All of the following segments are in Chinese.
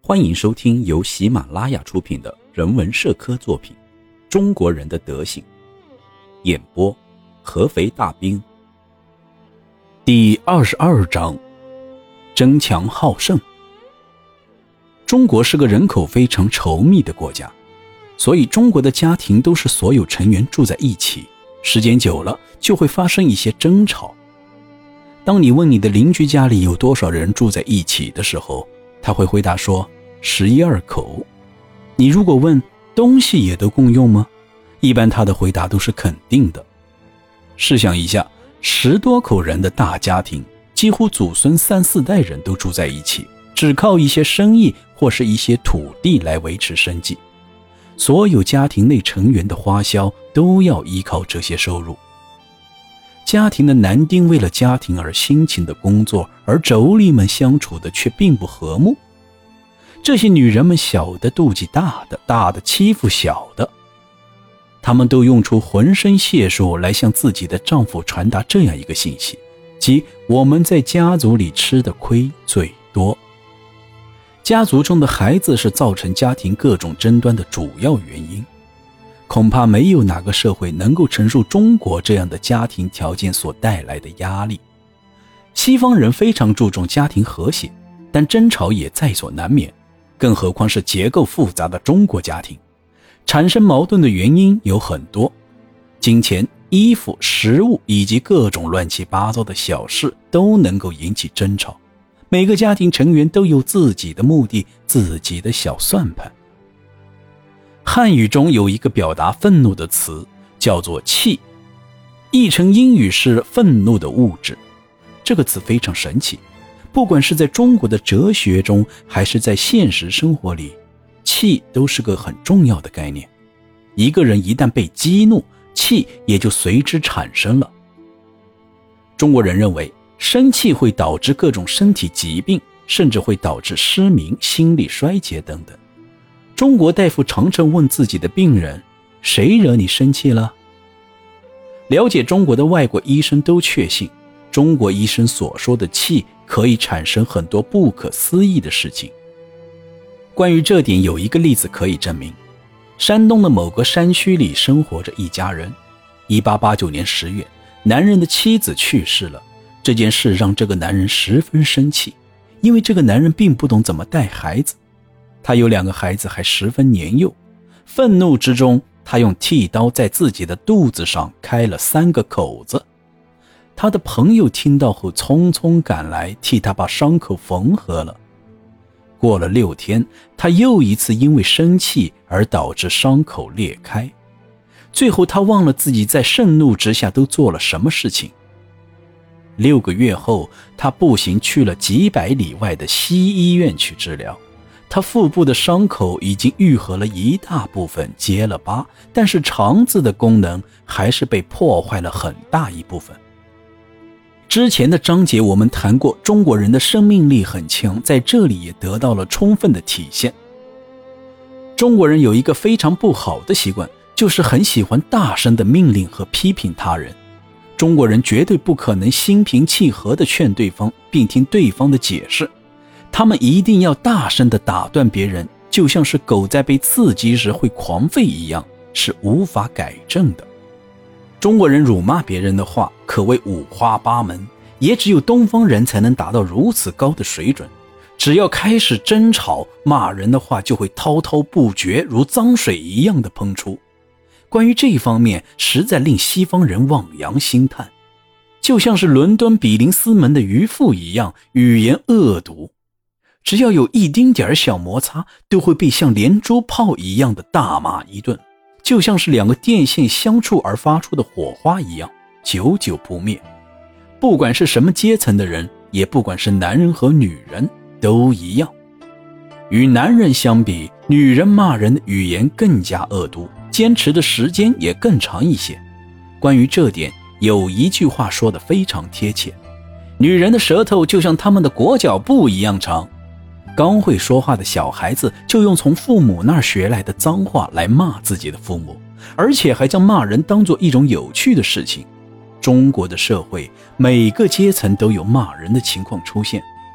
欢迎收听由喜马拉雅出品的人文社科作品《中国人的德行》，演播合肥大兵。第22章，争强好胜。中国是个人口非常稠密的国家，所以中国的家庭都是所有成员住在一起，时间久了就会发生一些争吵。当你问你的邻居家里有多少人住在一起的时候，他会回答说11-12口。你如果问东西也都共用吗？一般他的回答都是肯定的。试想一下，10多口人的大家庭，几乎祖孙3、4代人都住在一起，只靠一些生意或是一些土地来维持生计。所有家庭内成员的花销都要依靠这些收入。家庭的男丁为了家庭而辛勤的工作，而妯娌们相处的却并不和睦。这些女人们小的妒忌大的，大的欺负小的，她们都用出浑身解数来向自己的丈夫传达这样一个信息，即我们在家族里吃的亏最多。家族中的孩子是造成家庭各种争端的主要原因。恐怕没有哪个社会能够承受中国这样的家庭条件所带来的压力。西方人非常注重家庭和谐，但争吵也在所难免，更何况是结构复杂的中国家庭。产生矛盾的原因有很多，金钱、衣服、食物以及各种乱七八糟的小事都能够引起争吵。每个家庭成员都有自己的目的，自己的小算盘。汉语中有一个表达愤怒的词，叫做气，译成英语是愤怒的物质。这个词非常神奇，不管是在中国的哲学中，还是在现实生活里，气都是个很重要的概念。一个人一旦被激怒，气也就随之产生了。中国人认为生气会导致各种身体疾病，甚至会导致失明、心力衰竭等等。中国大夫常常问自己的病人，谁惹你生气了？了解中国的外国医生都确信，中国医生所说的气可以产生很多不可思议的事情。关于这点有一个例子可以证明。山东的某个山区里生活着一家人。1889年10月，男人的妻子去世了。这件事让这个男人十分生气，因为这个男人并不懂怎么带孩子。他有2个孩子还十分年幼，愤怒之中，他用剃刀在自己的肚子上开了3个口子。他的朋友听到后匆匆赶来，替他把伤口缝合了。过了6天，他又一次因为生气而导致伤口裂开。最后他忘了自己在盛怒之下都做了什么事情。6个月后，他步行去了几百里外的西医院去治疗。他腹部的伤口已经愈合了一大部分，结了疤，但是肠子的功能还是被破坏了很大一部分。之前的章节我们谈过，中国人的生命力很强，在这里也得到了充分的体现。中国人有一个非常不好的习惯，就是很喜欢大声的命令和批评他人。中国人绝对不可能心平气和地劝对方，并听对方的解释。他们一定要大声地打断别人，就像是狗在被刺激时会狂吠一样，是无法改正的。中国人辱骂别人的话可谓五花八门，也只有东方人才能达到如此高的水准。只要开始争吵，骂人的话就会滔滔不绝，如脏水一样的喷出。关于这一方面，实在令西方人望洋兴叹，就像是伦敦比林斯门的渔夫一样，语言恶毒。只要有一丁点小摩擦，都会被像连珠炮一样的大骂一顿，就像是2个电线相触而发出的火花一样，久久不灭。不管是什么阶层的人，也不管是男人和女人，都一样。与男人相比，女人骂人的语言更加恶毒，坚持的时间也更长一些。关于这点，有一句话说得非常贴切，女人的舌头就像她们的裹脚布一样长。刚会说话的小孩子就用从父母那儿学来的脏话来骂自己的父母，而且还将骂人当作一种有趣的事情。中国的社会每个阶层都有骂人的情况出现，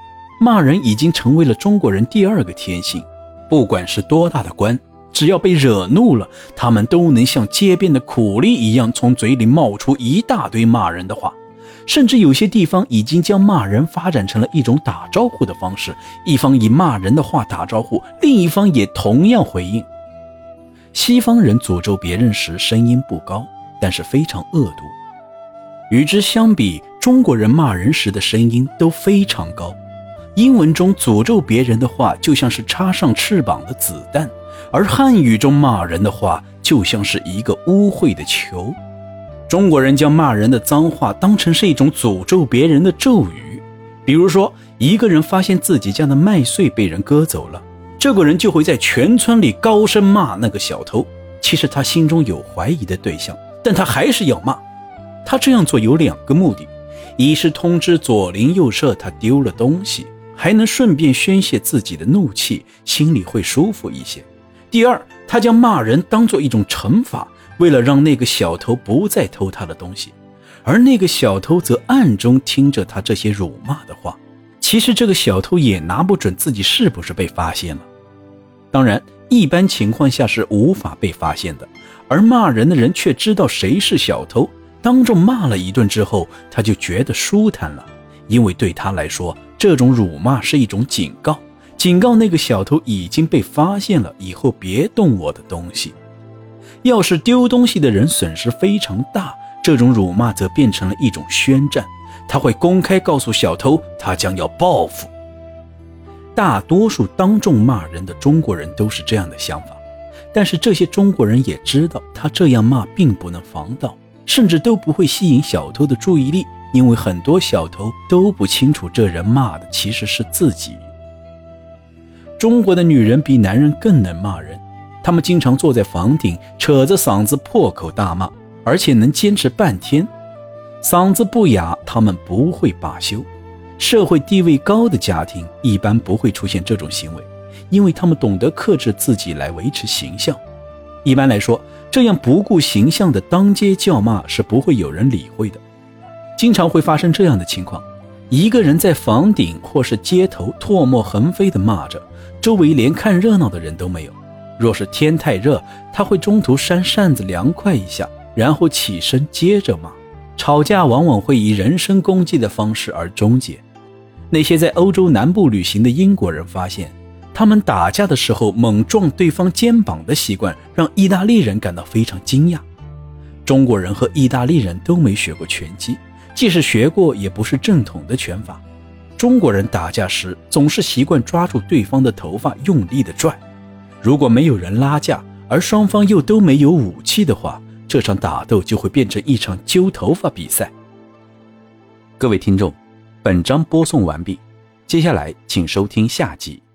骂人已经成为了中国人第二个天性，不管是多大的官，只要被惹怒了，他们都能像街边的苦力一样从嘴里冒出一大堆骂人的话，甚至有些地方已经将骂人发展成了一种打招呼的方式，一方以骂人的话打招呼，另一方也同样回应。西方人诅咒别人时声音不高，但是非常恶毒。与之相比，中国人骂人时的声音都非常高。英文中诅咒别人的话就像是插上翅膀的子弹，而汉语中骂人的话就像是一个污秽的球。中国人将骂人的脏话当成是一种诅咒别人的咒语，比如说一个人发现自己家的麦穗被人割走了，这个人就会在全村里高声骂那个小偷。其实他心中有怀疑的对象，但他还是要骂。他这样做有2个目的，一是通知左邻右舍他丢了东西，还能顺便宣泄自己的怒气，心里会舒服一些。第二，他将骂人当作一种惩罚，为了让那个小偷不再偷他的东西，而那个小偷则暗中听着他这些辱骂的话。其实这个小偷也拿不准自己是不是被发现了。当然，一般情况下是无法被发现的，而骂人的人却知道谁是小偷，当众骂了一顿之后，他就觉得舒坦了，因为对他来说，这种辱骂是一种警告，警告那个小偷已经被发现了，以后别动我的东西。要是丢东西的人损失非常大，这种辱骂则变成了一种宣战，他会公开告诉小偷他将要报复。大多数当众骂人的中国人都是这样的想法，但是这些中国人也知道他这样骂并不能防盗，甚至都不会吸引小偷的注意力，因为很多小偷都不清楚这人骂的其实是自己。中国的女人比男人更能骂人，她们经常坐在房顶扯着嗓子破口大骂，而且能坚持半天。嗓子不哑，她们不会罢休。社会地位高的家庭一般不会出现这种行为，因为他们懂得克制自己来维持形象。一般来说，这样不顾形象的当街叫骂是不会有人理会的。经常会发生这样的情况，一个人在房顶或是街头唾沫横飞地骂着，周围连看热闹的人都没有。若是天太热，他会中途扇扇子凉快一下，然后起身接着骂。吵架往往会以人身攻击的方式而终结。那些在欧洲南部旅行的英国人发现，他们打架的时候猛撞对方肩膀的习惯让意大利人感到非常惊讶。中国人和意大利人都没学过拳击，即使学过也不是正统的拳法。中国人打架时总是习惯抓住对方的头发用力地拽，如果没有人拉架，而双方又都没有武器的话，这场打斗就会变成一场揪头发比赛。各位听众，本章播送完毕，接下来请收听下集。